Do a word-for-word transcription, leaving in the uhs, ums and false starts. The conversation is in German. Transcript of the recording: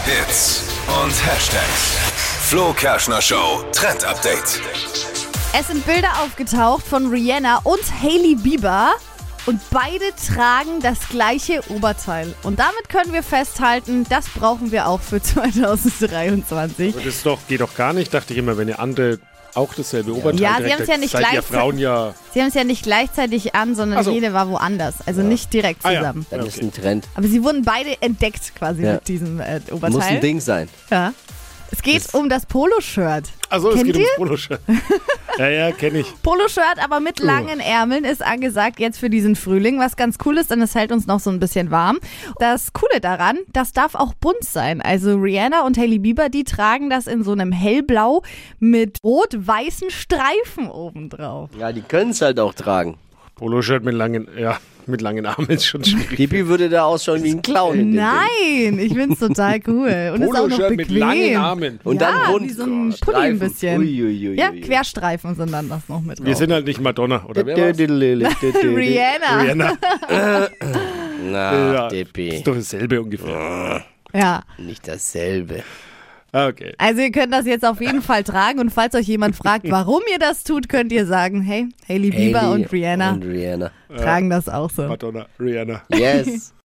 Hits und Hashtags. Flo Kerschner Show Trend Update. Es sind Bilder aufgetaucht von Rihanna und Hailey Bieber und beide tragen das gleiche Oberteil. Und damit können wir festhalten, das brauchen wir auch für zwanzig dreiundzwanzig. Aber das doch, geht doch gar nicht, dachte ich immer, wenn ihr andere auch dasselbe Oberteil Ja, trägt, sie haben es ja nicht seid ihr gleichzeitig. Frauen ja... Sie haben es ja nicht gleichzeitig an, sondern Ach so. jede war woanders. Also nicht direkt Ah, ja. zusammen. Dann Okay. ist ein Trend. Aber sie wurden beide entdeckt quasi Ja. mit diesem äh, Muss Oberteil. ein Ding sein. Ja. Es geht um das Poloshirt. Achso, es Kennt geht ihr? ums Poloshirt. Ja, ja, kenne ich. Poloshirt, aber mit langen Ärmeln ist angesagt jetzt für diesen Frühling. Was ganz cool ist, denn es hält uns noch so ein bisschen warm. Das Coole daran, das darf auch bunt sein. Also Rihanna und Hailey Bieber, die tragen das in so einem hellblau mit rot-weißen Streifen obendrauf. Ja, die können es halt auch tragen. Poloshirt mit langen, ja, mit langen Armen ist schon schwierig. Pipi würde da ausschauen wie ein Clown. in dem Ding. Nein, ich find's total cool. Und ist auch noch Poloshirt bequem. mit langen Armen. Und ja, dann bunt. wie so ein Oh, Pulli ein Streifen. bisschen. Uiuiui. Ja, Querstreifen sind dann das noch mit drauf. Wir sind halt nicht Madonna, oder wer war's? Rihanna. Rihanna. Na, Ja, Dippi. ist doch dasselbe ungefähr. Ja. Nicht dasselbe. Okay. Also ihr könnt das jetzt auf jeden Fall tragen und falls euch jemand fragt, warum ihr das tut, könnt ihr sagen, hey, Hailey Bieber Hailey und Rihanna Und Rihanna. tragen das auch so. Madonna, Rihanna. Yes.